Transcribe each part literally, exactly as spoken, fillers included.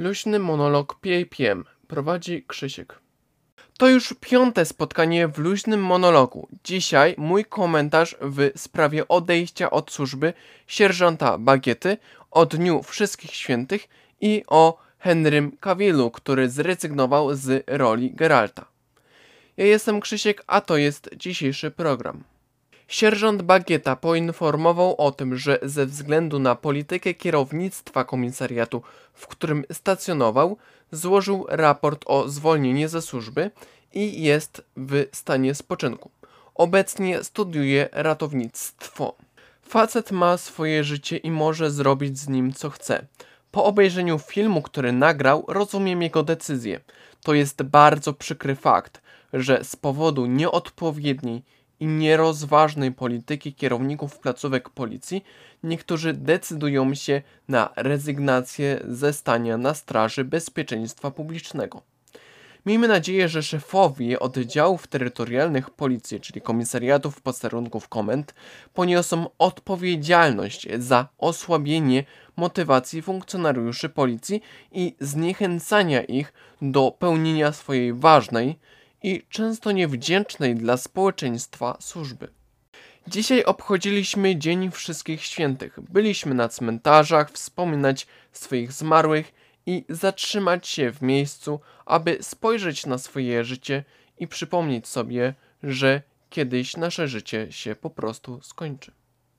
Luźny monolog P A P M prowadzi Krzysiek. To już piąte spotkanie w luźnym monologu. Dzisiaj mój komentarz w sprawie odejścia od służby sierżanta Bagiety o Dniu Wszystkich Świętych i o Henrym Cavillu, który zrezygnował z roli Geralta. Ja jestem Krzysiek, a to jest dzisiejszy program. Sierżant Bagieta poinformował o tym, że ze względu na politykę kierownictwa komisariatu, w którym stacjonował, złożył raport o zwolnienie ze służby i jest w stanie spoczynku. Obecnie studiuje ratownictwo. Facet ma swoje życie i może zrobić z nim co chce. Po obejrzeniu filmu, który nagrał, rozumiem jego decyzję. To jest bardzo przykry fakt, że z powodu nieodpowiedniej i nierozważnej polityki kierowników placówek policji niektórzy decydują się na rezygnację ze stania na straży bezpieczeństwa publicznego. Miejmy nadzieję, że szefowie oddziałów terytorialnych policji, czyli komisariatów, posterunków, komend, poniosą odpowiedzialność za osłabienie motywacji funkcjonariuszy policji i zniechęcania ich do pełnienia swojej ważnej i często niewdzięcznej dla społeczeństwa służby. Dzisiaj obchodziliśmy Dzień Wszystkich Świętych. Byliśmy na cmentarzach, wspominać swoich zmarłych i zatrzymać się w miejscu, aby spojrzeć na swoje życie i przypomnieć sobie, że kiedyś nasze życie się po prostu skończy.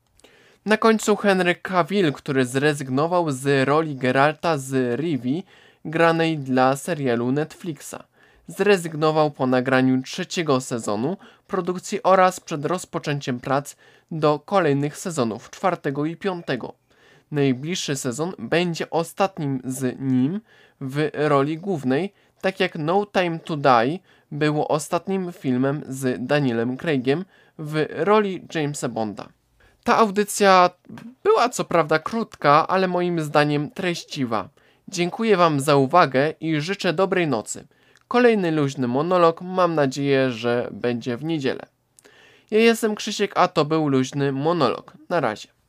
Na końcu Henry Cavill, który zrezygnował z roli Geralta z Rivii, granej dla serialu Netflixa. Zrezygnował po nagraniu trzeciego sezonu produkcji oraz przed rozpoczęciem prac do kolejnych sezonów, czwartego i piątego. Najbliższy sezon będzie ostatnim z nim w roli głównej, tak jak No Time to Die było ostatnim filmem z Danielem Craigiem w roli Jamesa Bonda. Ta audycja była co prawda krótka, ale moim zdaniem treściwa. Dziękuję Wam za uwagę i życzę dobrej nocy. Kolejny luźny monolog, mam nadzieję, że będzie w niedzielę. Ja jestem Krzysiek, a to był luźny monolog. Na razie.